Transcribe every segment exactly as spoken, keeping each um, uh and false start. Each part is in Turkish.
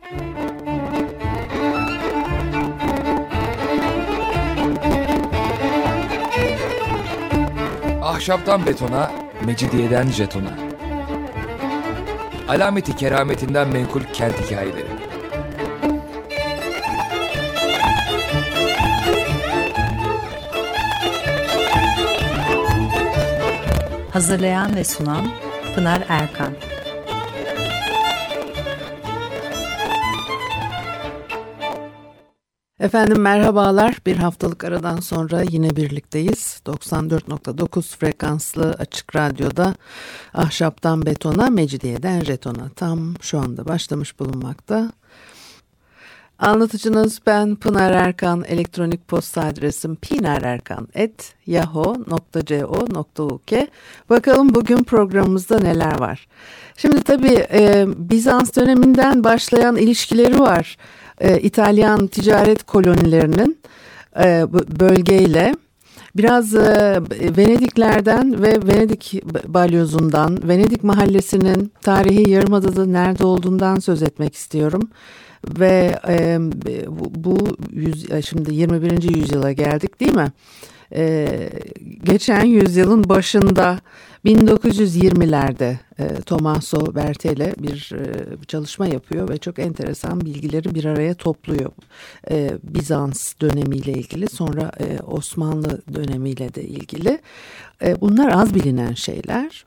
Ahşaptan betona, mecidiyeden jetona. Alameti kerametinden menkul kent hikayeleri. Hazırlayan ve sunan Pınar Erkan. Efendim merhabalar. Bir haftalık aradan sonra yine birlikteyiz. doksan dört nokta dokuz frekanslı Açık Radyo'da Ahşaptan Betona, Mecidiyeden Jeton'a tam şu anda başlamış bulunmakta. Anlatıcınız ben Pınar Erkan. Elektronik posta adresim pinarerkan at yahoo nokta co nokta uk. Bakalım bugün programımızda neler var. Şimdi tabii e, Bizans döneminden başlayan ilişkileri var. E, İtalyan ticaret kolonilerinin e, bölgeyle. Biraz e, Venediklerden ve Venedik balyozundan, Venedik mahallesinin tarihi Yarımada'da nerede olduğundan söz etmek istiyorum. Ve e, bu yüz, şimdi yirmi birinci yüzyıla geldik değil mi? E, geçen yüzyılın başında bin dokuz yüz yirmilerde e, Tommaso Bertele bir e, çalışma yapıyor ve çok enteresan bilgileri bir araya topluyor. E, Bizans dönemiyle ilgili, sonra e, Osmanlı dönemiyle de ilgili. E, bunlar az bilinen şeyler.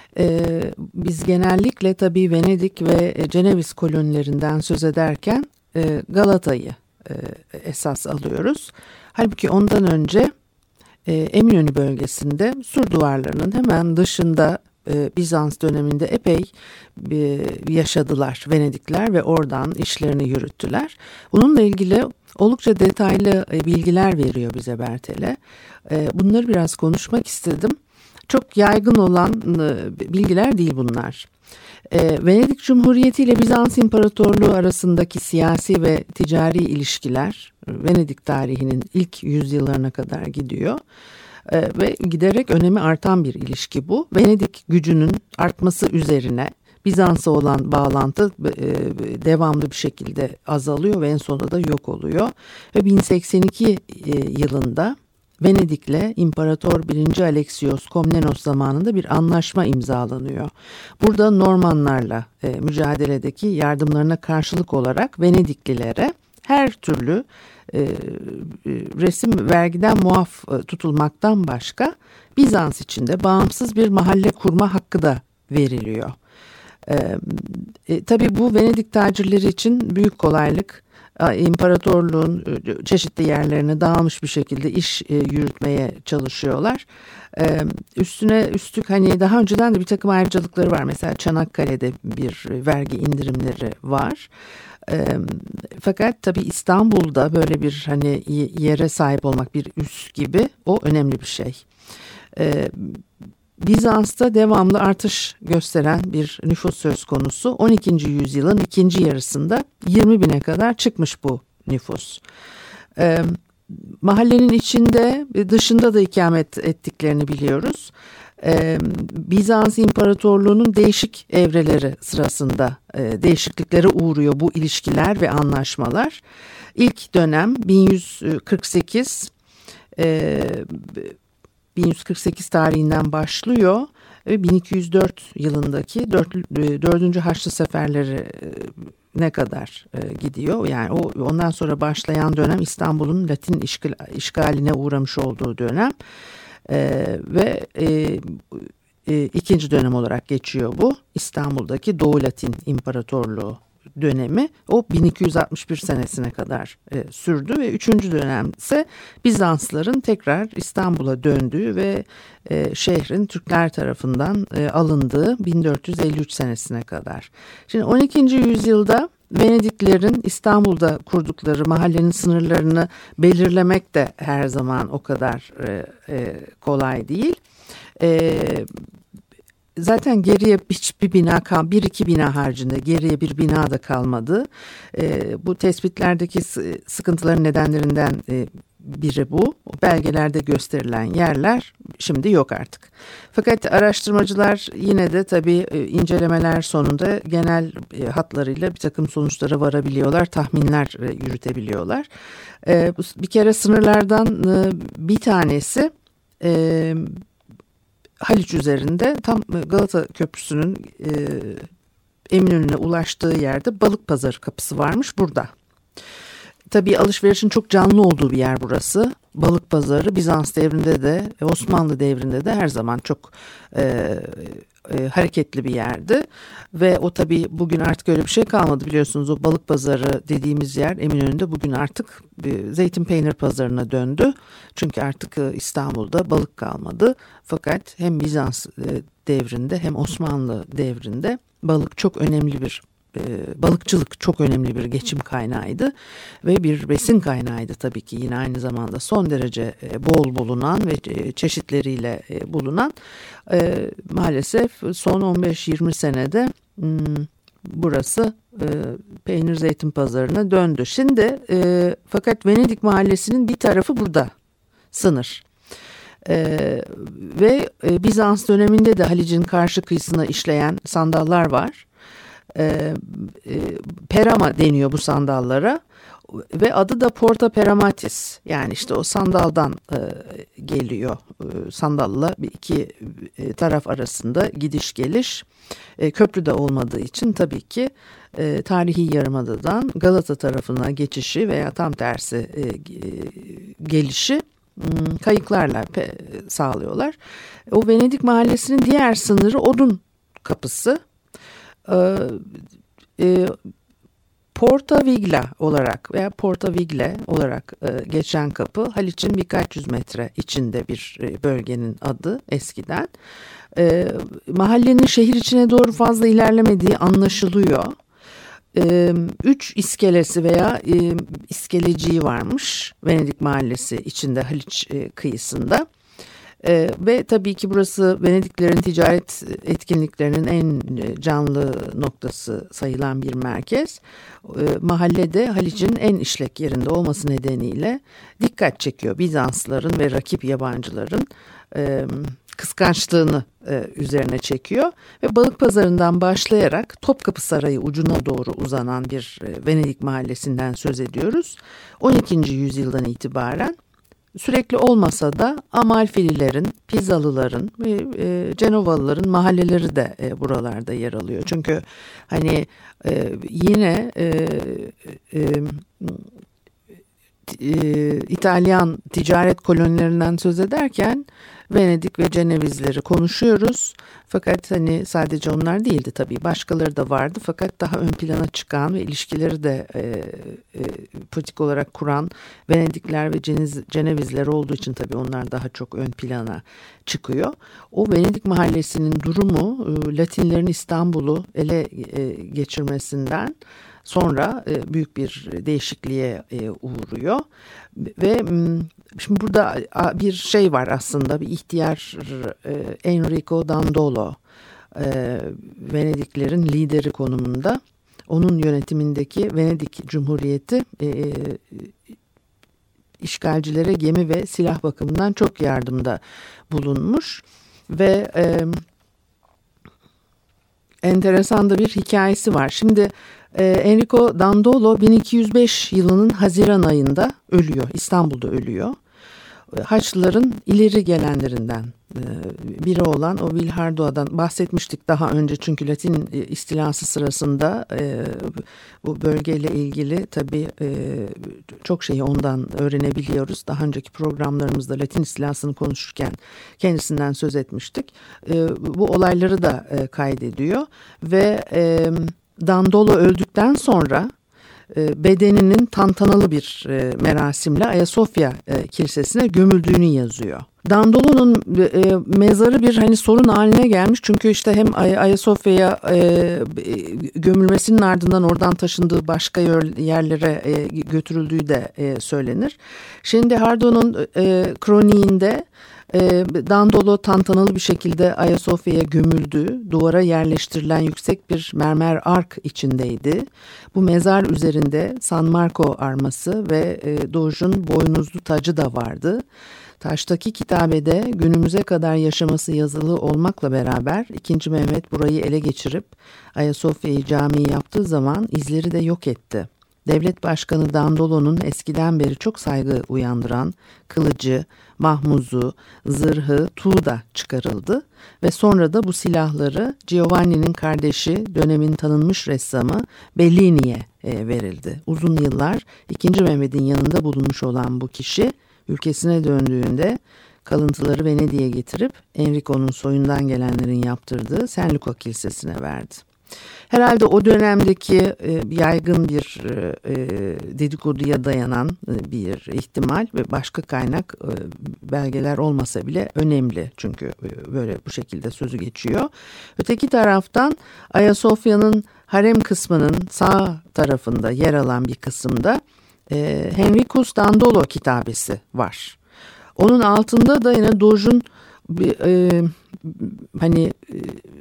Ee, biz genellikle tabii Venedik ve Ceneviz kolonilerinden söz ederken e, Galata'yı e, esas alıyoruz. Halbuki ondan önce e, Eminönü bölgesinde sur duvarlarının hemen dışında e, Bizans döneminde epey e, yaşadılar Venedikler ve oradan işlerini yürüttüler. Bununla ilgili oldukça detaylı e, bilgiler veriyor bize Bertele. E, bunları biraz konuşmak istedim. Çok yaygın olan bilgiler değil bunlar. E, Venedik Cumhuriyeti ile Bizans İmparatorluğu arasındaki siyasi ve ticari ilişkiler Venedik tarihinin ilk yüzyıllarına kadar gidiyor. E, ve giderek önemi artan bir ilişki bu. Venedik gücünün artması üzerine Bizans'a olan bağlantı e, devamlı bir şekilde azalıyor ve en sonunda da yok oluyor. Ve bin seksen iki e, yılında Venedik'le İmparator birinci Alexios Komnenos zamanında bir anlaşma imzalanıyor. Burada Normanlarla e, mücadeledeki yardımlarına karşılık olarak Venediklilere her türlü e, resim vergiden muaf e, tutulmaktan başka Bizans içinde bağımsız bir mahalle kurma hakkı da veriliyor. E, e, tabii bu Venedik tacirleri için büyük kolaylık. İmparatorluğun çeşitli yerlerine dağılmış bir şekilde iş yürütmeye çalışıyorlar. Üstüne üstlük hani daha önceden de bir takım ayrıcalıkları var. Mesela Çanakkale'de bir vergi indirimleri var. Fakat tabii İstanbul'da böyle bir hani yere sahip olmak, bir üs gibi, o önemli bir şey. Bizans'ta devamlı artış gösteren bir nüfus söz konusu. on ikinci yüzyılın ikinci yarısında yirmi bine kadar çıkmış bu nüfus. Ee, mahallenin içinde, dışında da ikamet ettiklerini biliyoruz. Ee, Bizans İmparatorluğu'nun değişik evreleri sırasında e, değişikliklere uğruyor bu ilişkiler ve anlaşmalar. İlk dönem bin yüz kırk sekiz e, bin yüz kırk sekiz tarihinden başlıyor ve bin iki yüz dört yılındaki dördüncü Haçlı Seferleri ne kadar gidiyor. Yani o ondan sonra başlayan dönem İstanbul'un Latin işgal, işgaline uğramış olduğu dönem ee, ve e, e, ikinci dönem olarak geçiyor bu. İstanbul'daki Doğu Latin İmparatorluğu dönemi, o bin iki yüz altmış bir senesine kadar e, sürdü ve üçüncü dönem ise Bizansların tekrar İstanbul'a döndüğü ve e, şehrin Türkler tarafından e, alındığı bin dört yüz elli üç senesine kadar. Şimdi on ikinci yüzyılda Venediklerin İstanbul'da kurdukları mahallenin sınırlarını belirlemek de her zaman o kadar e, e, kolay değil. E, Zaten geriye hiçbir bina kal, bir iki bina haricinde geriye bir bina da kalmadı. E, bu tespitlerdeki sıkıntıların nedenlerinden e, biri bu. Belgelerde gösterilen yerler şimdi yok artık. Fakat araştırmacılar yine de tabii incelemeler sonunda genel hatlarıyla bir takım sonuçlara varabiliyorlar, tahminler yürütebiliyorlar. Bir kere sınırlardan bir tanesi Haliç üzerinde, tam Galata Köprüsü'nün Eminönü'ne ulaştığı yerde Balıkpazarı kapısı varmış burada. Tabii alışverişin çok canlı olduğu bir yer burası. Balıkpazarı Bizans devrinde de Osmanlı devrinde de her zaman çok e, e, hareketli bir yerdi. Ve o tabii bugün artık öyle bir şey kalmadı, biliyorsunuz. O Balıkpazarı dediğimiz yer Eminönü'nde bugün artık e, zeytin peynir pazarına döndü. Çünkü artık e, İstanbul'da balık kalmadı. Fakat hem Bizans e, devrinde hem Osmanlı devrinde balık çok önemli bir balıkçılık çok önemli bir geçim kaynağıydı ve bir besin kaynağıydı tabii ki, yine aynı zamanda son derece bol bulunan ve çeşitleriyle bulunan. Maalesef son on beş yirmi senede burası peynir zeytin pazarına döndü. Şimdi fakat Venedik Mahallesi'nin bir tarafı burada, sınır. Ee, ve e, Bizans döneminde de Halic'in karşı kıyısına işleyen sandallar var. Ee, e, Perama deniyor bu sandallara ve adı da Porta Peramatis, yani işte o sandaldan e, geliyor. E, sandalla bir iki e, taraf arasında gidiş geliş, e, köprü de olmadığı için tabii ki e, tarihi yarımadadan Galata tarafına geçişi veya tam tersi e, gelişi kayıklarla sağlıyorlar. O Venedik Mahallesi'nin diğer sınırı Odun Kapısı. Ee, e, Porta Vigla olarak veya Porta Vigle olarak e, geçen kapı, Haliç'in birkaç yüz metre içinde bir e, bölgenin adı eskiden. E, mahallenin şehir içine doğru fazla ilerlemediği anlaşılıyor. E, üç iskelesi veya e, iskeleciği varmış Venedik Mahallesi içinde, Haliç e, kıyısında. Ee, ve tabii ki burası Venediklerin ticaret etkinliklerinin en canlı noktası sayılan bir merkez. Ee, mahallede Haliç'in en işlek yerinde olması nedeniyle dikkat çekiyor. Bizanslıların ve rakip yabancıların e, kıskançlığını e, üzerine çekiyor. Ve Balıkpazarı'ndan başlayarak Topkapı Sarayı ucuna doğru uzanan bir e, Venedik mahallesinden söz ediyoruz. on ikinci yüzyıldan itibaren sürekli olmasa da Amalfililerin, Pizalıların ve e, Cenovalıların mahalleleri de e, buralarda yer alıyor. Çünkü hani e, yine e, e, e, İtalyan ticaret kolonilerinden söz ederken Venedik ve Cenevizleri konuşuyoruz. Fakat hani sadece onlar değildi tabii, başkaları da vardı. Fakat daha ön plana çıkan ve ilişkileri de e, e, politik olarak kuran Venedikler ve Ceniz, Cenevizler olduğu için tabii onlar daha çok ön plana çıkıyor. O Venedik mahallesinin durumu e, Latinlerin İstanbul'u ele e, geçirmesinden sonra e, büyük bir değişikliğe e, uğruyor ve şimdi burada bir şey var aslında, bir ihtiyar e, Enrico Dandolo, e, Venediklerin lideri konumunda. Onun yönetimindeki Venedik Cumhuriyeti e, işgalcilere gemi ve silah bakımından çok yardımda bulunmuş ve e, enteresan da bir hikayesi var. Şimdi e, Enrico Dandolo bin iki yüz beş yılının Haziran ayında ölüyor. İstanbul'da ölüyor. Haçlıların ileri gelenlerinden biri olan o Vilhardoa'dan bahsetmiştik daha önce. Çünkü Latin istilası sırasında bu bölgeyle ilgili tabii çok şeyi ondan öğrenebiliyoruz. Daha önceki programlarımızda Latin istilasını konuşurken kendisinden söz etmiştik. Bu olayları da kaydediyor ve Dandolo öldükten sonra bedeninin tantanalı bir merasimle Ayasofya Kilisesi'ne gömüldüğünü yazıyor. Dandolo'nun mezarı bir hani sorun haline gelmiş, çünkü işte hem Ayasofya'ya gömülmesinin ardından oradan taşındığı başka yerlere götürüldüğü de söylenir. Şimdi Hardo'nun kroniğinde E, Dandolo tantanalı bir şekilde Ayasofya'ya gömüldü. Duvara yerleştirilen yüksek bir mermer ark içindeydi. Bu mezar üzerinde San Marco arması ve e, Doge'un boynuzlu tacı da vardı. Taştaki kitabede günümüze kadar yaşaması yazılı olmakla beraber ikinci. Mehmet burayı ele geçirip Ayasofya'yı cami yaptığı zaman izleri de yok etti. Devlet Başkanı Dandolo'nun eskiden beri çok saygı uyandıran kılıcı, mahmuzu, zırhı, tuğu da çıkarıldı ve sonra da bu silahları Giovanni'nin kardeşi, dönemin tanınmış ressamı Bellini'ye e, verildi. Uzun yıllar ikinci. Mehmet'in yanında bulunmuş olan bu kişi ülkesine döndüğünde kalıntıları Venedik'e getirip Enrico'nun soyundan gelenlerin yaptırdığı San Luca Kilisesi'ne verdi. Herhalde o dönemdeki e, yaygın bir e, dedikoduya dayanan e, bir ihtimal ve başka kaynak e, belgeler olmasa bile önemli. Çünkü e, böyle bu şekilde sözü geçiyor. Öteki taraftan Ayasofya'nın harem kısmının sağ tarafında yer alan bir kısımda e, Henricus Dandolo kitabesi var. Onun altında da yine Doge'un e, hani e,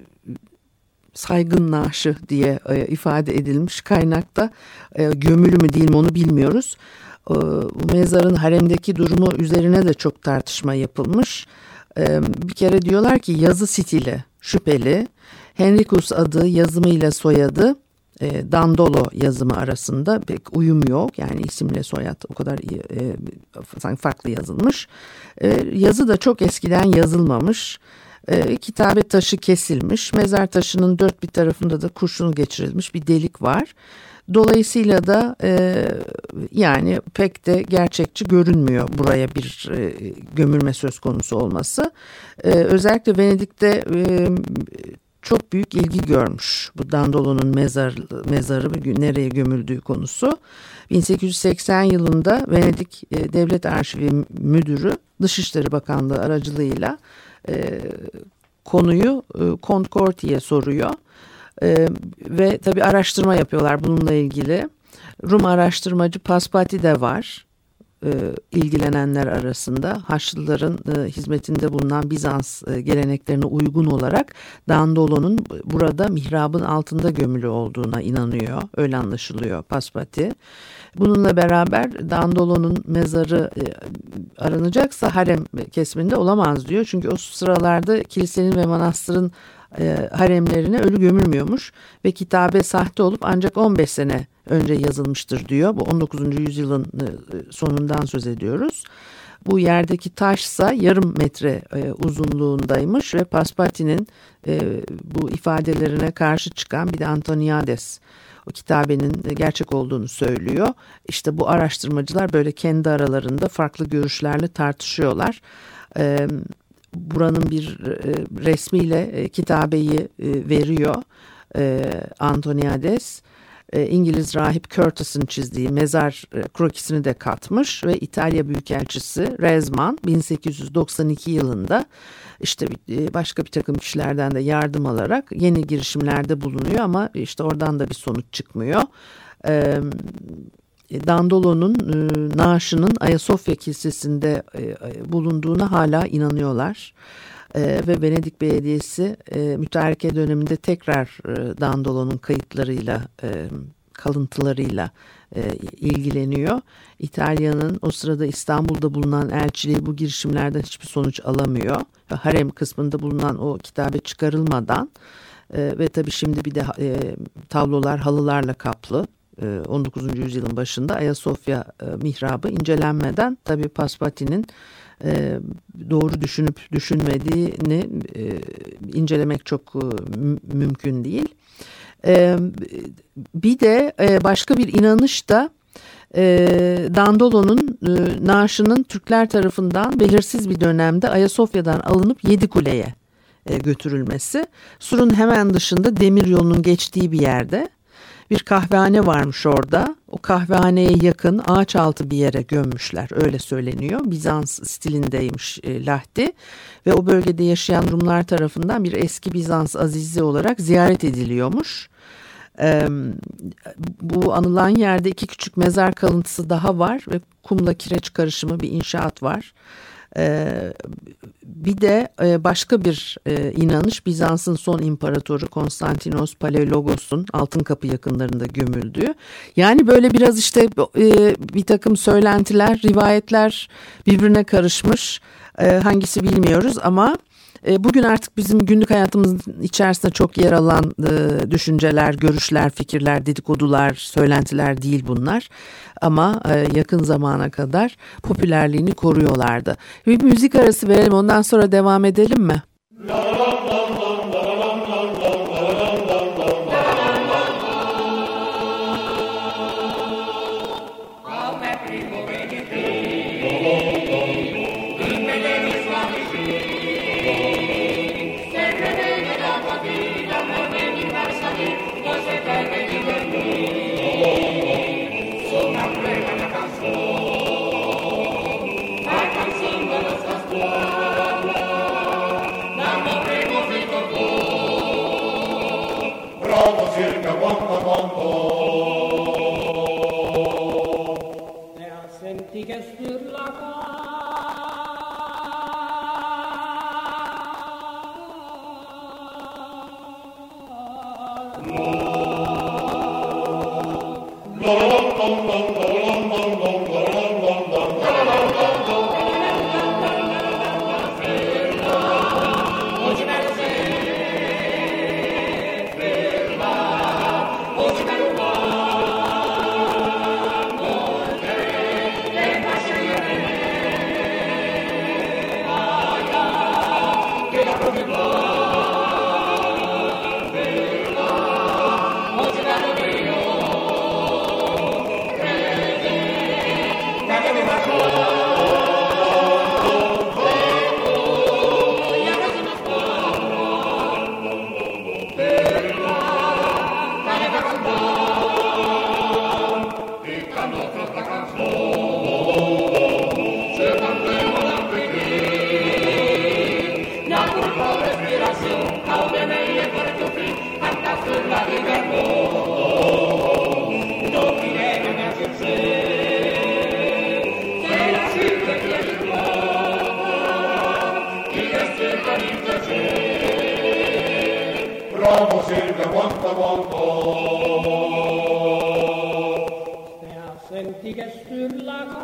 saygın naaşı diye e, ifade edilmiş kaynakta e, gömülü mü değil mi onu bilmiyoruz. E, bu mezarın haremdeki durumu üzerine de çok tartışma yapılmış. E, bir kere diyorlar ki yazı stili şüpheli. Henricus adı yazımıyla soyadı e, Dandolo yazımı arasında pek uyum yok. Yani isimle soyad o kadar iyi, e, sanki farklı yazılmış. E, yazı da çok eskiden yazılmamış. E, kitabe taşı kesilmiş. Mezar taşının dört bir tarafında da kurşun geçirilmiş bir delik var. Dolayısıyla da e, yani pek de gerçekçi görünmüyor buraya bir e, gömülme söz konusu olması. E, özellikle Venedik'te e, çok büyük ilgi görmüş bu Dandolo'nun mezar, mezarı ve nereye gömüldüğü konusu. bin sekiz yüz seksen yılında Venedik e, Devlet Arşivi Müdürü Dışişleri Bakanlığı aracılığıyla E, konuyu e, Concordi'ye soruyor e, ve tabii araştırma yapıyorlar bununla ilgili. Rum araştırmacı Paspati de var e, ilgilenenler arasında. Haçlıların e, hizmetinde bulunan Bizans e, geleneklerine uygun olarak Dandolo'nun burada mihrabın altında gömülü olduğuna inanıyor. Öyle anlaşılıyor Paspati. Bununla beraber Dandolo'nun mezarı e, aranacaksa harem kesiminde olamaz diyor. Çünkü o sıralarda kilisenin ve manastırın e, haremlerine ölü gömülmüyormuş ve kitabe sahte olup ancak on beş sene önce yazılmıştır diyor. Bu on dokuzuncu yüzyılın e, sonundan söz ediyoruz. Bu yerdeki taşsa yarım metre e, uzunluğundaymış ve Paspati'nin e, bu ifadelerine karşı çıkan bir de Antoniades o kitabenin gerçek olduğunu söylüyor. İşte bu araştırmacılar böyle kendi aralarında farklı görüşlerle tartışıyorlar. Ee, buranın bir e, resmiyle e, kitabeyi e, veriyor e, Antoniades. E, İngiliz rahip Curtis'in çizdiği mezar e, krokisini de katmış ve İtalya Büyükelçisi Rezman bin sekiz yüz doksan iki yılında işte başka bir takım kişilerden de yardım alarak yeni girişimlerde bulunuyor ama işte oradan da bir sonuç çıkmıyor. E, Dandolo'nun e, naaşının Ayasofya Kilisesi'nde e, bulunduğuna hala inanıyorlar. E, ve Venedik Belediyesi e, müteahhirke döneminde tekrar e, Dandolo'nun kayıtlarıyla, e, kalıntılarıyla e, ilgileniyor. İtalya'nın o sırada İstanbul'da bulunan elçiliği bu girişimlerden hiçbir sonuç alamıyor. Harem kısmında bulunan o kitabe çıkarılmadan e, ve tabii şimdi bir de e, tablolar halılarla kaplı. on dokuzuncu yüzyılın başında Ayasofya e, mihrabı incelenmeden tabii Paspati'nin e, doğru düşünüp düşünmediğini e, incelemek çok e, mümkün değil. E, bir de e, başka bir inanış da e, Dandolo'nun e, naaşının Türkler tarafından belirsiz bir dönemde Ayasofya'dan alınıp Yedikule'ye e, götürülmesi. Sur'un hemen dışında demiryolunun geçtiği bir yerde bir kahvehane varmış orada. O kahvehaneye yakın ağaç altı bir yere gömmüşler. Öyle söyleniyor. Bizans stilindeymiş e, Lahti. Ve o bölgede yaşayan Rumlar tarafından bir eski Bizans azizi olarak ziyaret ediliyormuş. E, bu anılan yerde iki küçük mezar kalıntısı daha var ve kumla kireç karışımı bir inşaat var. E, bir de e, başka bir e, inanış, Bizans'ın son imparatoru Konstantinos Palaiologos'un Altın Kapı yakınlarında gömüldüğü. Yani böyle biraz işte e, bir takım söylentiler, rivayetler birbirine karışmış. E, hangisi bilmiyoruz ama e, bugün artık bizim günlük hayatımızın içerisinde çok yer alan e, düşünceler, görüşler, fikirler, dedikodular, söylentiler değil bunlar. Ama e, yakın zamana kadar popülerliğini koruyorlardı. Bir müzik arası verelim, ondan sonra devam edelim mi? Bravo Silvia, quanto molto. Senti che sur la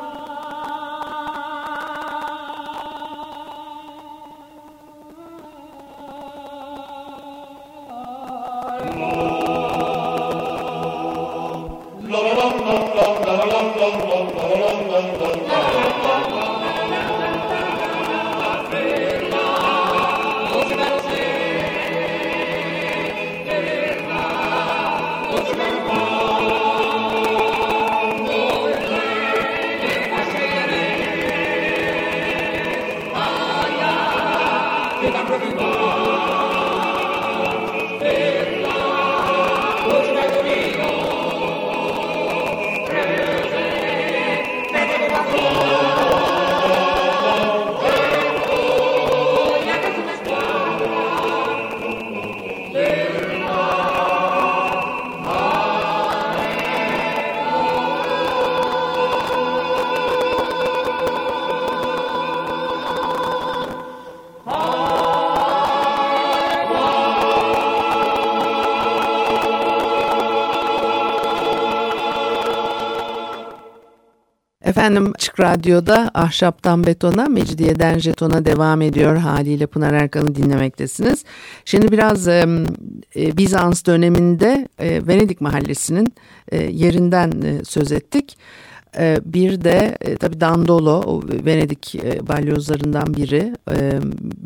Efendim, Açık Radyo'da Ahşaptan Betona, Mecidiyeden Jeton'a devam ediyor. Haliyle Pınar Erkan'ı dinlemektesiniz. Şimdi biraz e, e, Bizans döneminde e, Venedik Mahallesi'nin e, yerinden e, söz ettik. E, bir de e, tabii Dandolo, o Venedik e, balyozlarından biri. E,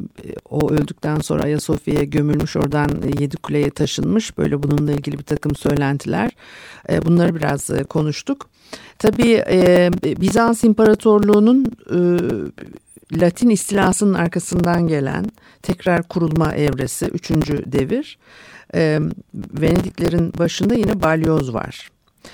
o öldükten sonra Ayasofya'ya gömülmüş, oradan e, Yedikule'ye taşınmış. Böyle bununla ilgili bir takım söylentiler. E, bunları biraz e, konuştuk. Tabii e, Bizans İmparatorluğu'nun e, Latin istilasının arkasından gelen tekrar kurulma evresi, üçüncü devir. E, Venediklerin başında yine balyoz var.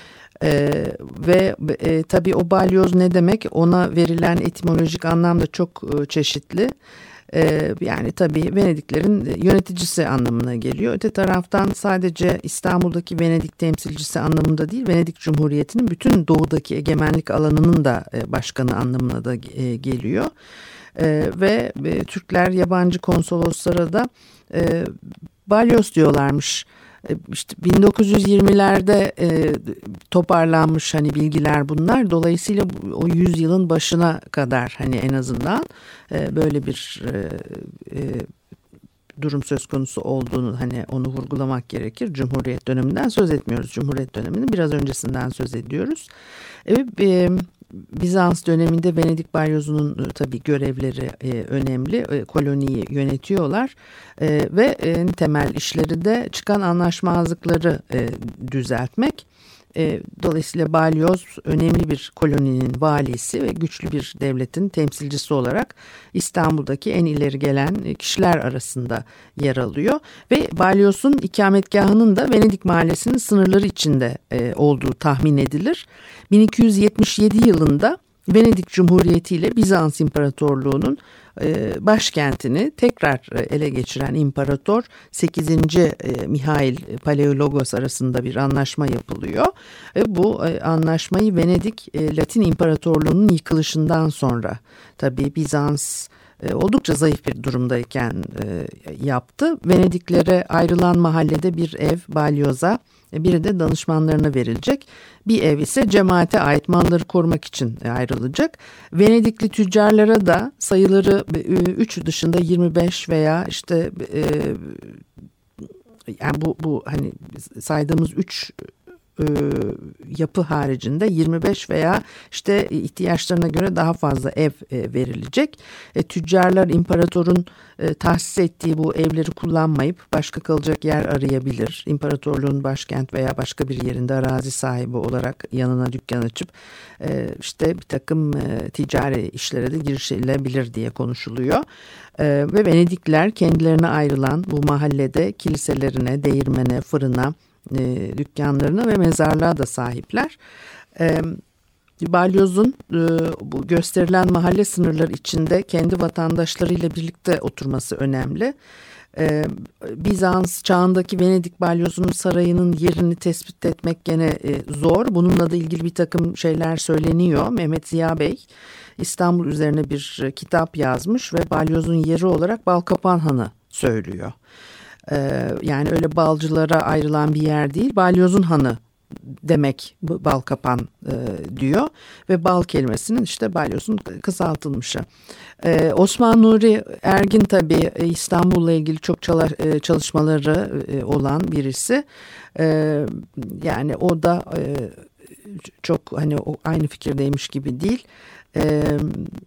E, ve e, tabii o balyoz ne demek? Ona verilen etimolojik anlam da çok e, çeşitli. Ee, yani tabii Venediklerin yöneticisi anlamına geliyor. Öte taraftan sadece İstanbul'daki Venedik temsilcisi anlamında değil, Venedik Cumhuriyeti'nin bütün doğudaki egemenlik alanının da başkanı anlamına da geliyor. E, ve e, Türkler yabancı konsoloslara da e, balyoz diyorlarmış. E, işte bin dokuz yüz yirmilerde e, toparlanmış hani bilgiler bunlar. Dolayısıyla o yüzyılın başına kadar hani en azından e, böyle bir e, e, durum söz konusu olduğunu hani onu vurgulamak gerekir. Cumhuriyet döneminden söz etmiyoruz. Cumhuriyet döneminin biraz öncesinden söz ediyoruz. Evet, e, Bizans döneminde Venedik Balyozu'nun e, tabii görevleri e, önemli. E, koloniyi yönetiyorlar e, ve en temel işleri de çıkan anlaşmazlıkları e, düzeltmek. E, dolayısıyla balyoz önemli bir koloninin valisi ve güçlü bir devletin temsilcisi olarak İstanbul'daki en ileri gelen kişiler arasında yer alıyor. Ve balyozun ikametgahının da Venedik mahallesinin sınırları içinde e, olduğu tahmin edilir. bin iki yüz yetmiş yedi yılında Venedik Cumhuriyeti ile Bizans İmparatorluğu'nun başkentini tekrar ele geçiren imparator sekizinci Mihail Paleologos arasında bir anlaşma yapılıyor. Bu anlaşmayı Venedik Latin İmparatorluğu'nun yıkılışından sonra tabii Bizans oldukça zayıf bir durumdayken yaptı. Venediklere ayrılan mahallede bir ev balyoza, biri de danışmanlarına verilecek. Bir ev ise cemaate ait malları korumak için ayrılacak. Venedikli tüccarlara da sayıları üç dışında yirmi beş veya işte yani bu bu hani saydığımız üç yapı haricinde yirmi beş veya işte ihtiyaçlarına göre daha fazla ev verilecek. E, tüccarlar imparatorun e, tahsis ettiği bu evleri kullanmayıp başka kalacak yer arayabilir. İmparatorluğun başkent veya başka bir yerinde arazi sahibi olarak yanına dükkan açıp e, işte bir takım e, ticari işlere de girişilebilir diye konuşuluyor. E, ve Venedikler kendilerine ayrılan bu mahallede kiliselerine, değirmene, fırına, E, dükkanlarına ve mezarlığa da sahipler. E, Balyoz'un e, bu gösterilen mahalle sınırları içinde kendi vatandaşlarıyla birlikte oturması önemli. E, Bizans çağındaki Venedik Balyoz'unun sarayının yerini tespit etmek gene e, zor. Bununla da ilgili bir takım şeyler söyleniyor. Mehmet Ziya Bey İstanbul üzerine bir e, kitap yazmış ve Balyoz'un yeri olarak Balkapan Hanı söylüyor. Yani öyle balcılara ayrılan bir yer değil, Balyoz'un hanı demek Balkapan e, diyor ve bal kelimesinin işte Balyoz'un kısaltılmışı. Ee, Osman Nuri Ergin tabii İstanbul'la ilgili çok çalar, çalışmaları e, olan birisi. E, yani o da e, çok hani o aynı fikirdeymiş gibi değil. Evet.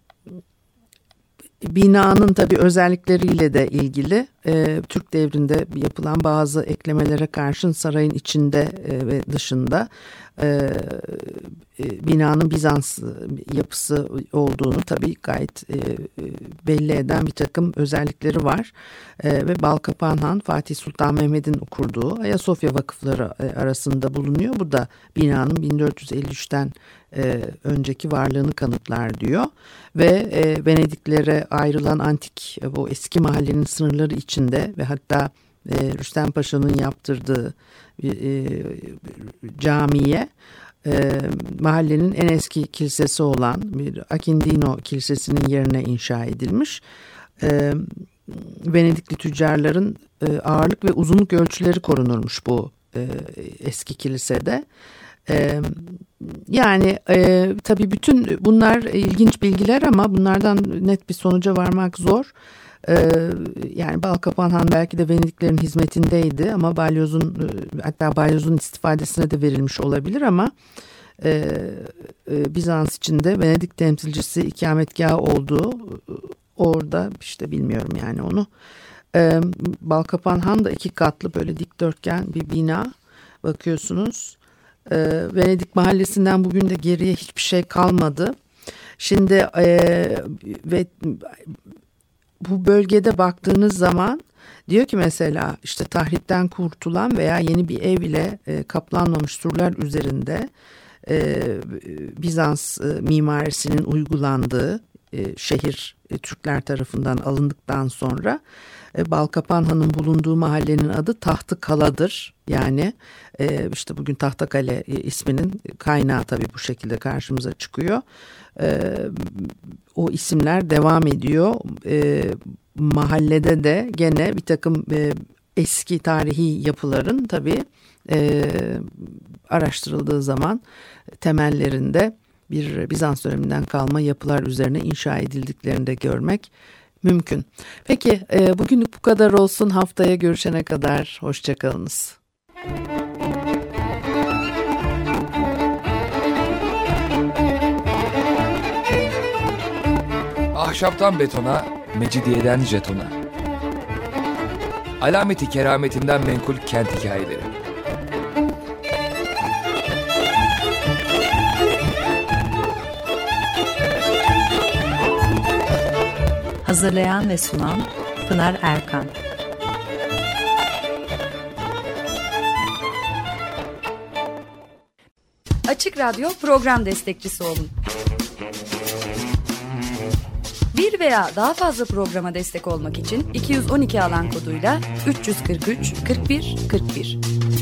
Binanın tabii özellikleriyle de ilgili e, Türk devrinde yapılan bazı eklemelere karşın sarayın içinde e, ve dışında e, e, binanın Bizans yapısı olduğunu tabii gayet e, belli eden bir takım özellikleri var. E, ve Balkapan Han Fatih Sultan Mehmet'in kurduğu Ayasofya vakıfları e, arasında bulunuyor. Bu da binanın bin dört yüz elli üçten e, önceki varlığını kanıtlar diyor. Ve e, Venediklere ayrılan antik e, bu eski mahallenin sınırları içinde ve hatta e, Rüstem Paşa'nın yaptırdığı e, camiye e, mahallenin en eski kilisesi olan bir Akindino Kilisesi'nin yerine inşa edilmiş. E, Venedikli tüccarların e, ağırlık ve uzunluk ölçüleri korunurmuş bu e, eski kilisede. Ee, yani e, tabii bütün bunlar ilginç bilgiler ama bunlardan net bir sonuca varmak zor. Ee, yani Balkapan Han belki de Venediklerin hizmetindeydi ama Balyoz'un hatta Balyoz'un istifadesine de verilmiş olabilir ama e, e, Bizans içinde Venedik temsilcisi ikametgahı olduğu orada işte bilmiyorum yani onu. Ee, Balkapan Han da iki katlı böyle dikdörtgen bir bina, bakıyorsunuz. Ee, Venedik mahallesinden bugün de geriye hiçbir şey kalmadı. Şimdi e, ve bu bölgede baktığınız zaman diyor ki mesela işte tahripten kurtulan veya yeni bir ev ile e, kaplanmamış surlar üzerinde e, Bizans e, mimarisinin uygulandığı e, şehir e, Türkler tarafından alındıktan sonra E, Balkapanha'nın bulunduğu mahallenin adı Tahtıkala'dır. Yani e, işte bugün Tahtakale isminin kaynağı tabii bu şekilde karşımıza çıkıyor. E, o isimler devam ediyor. E, mahallede de gene bir takım e, eski tarihi yapıların tabii e, araştırıldığı zaman temellerinde bir Bizans döneminden kalma yapılar üzerine inşa edildiklerini de görmek mümkün. Peki e, bugünlük bu kadar olsun. Haftaya görüşene kadar hoşçakalınız. Ahşaptan betona, mecidiyeden jetona. Alameti kerametinden menkul kent hikayeleri. Hazırlayan ve sunan Pınar Erkan. Açık Radyo program destekçisi olun. Bir veya daha fazla programa destek olmak için iki yüz on iki alan koduyla üç yüz kırk üç kırk bir kırk bir.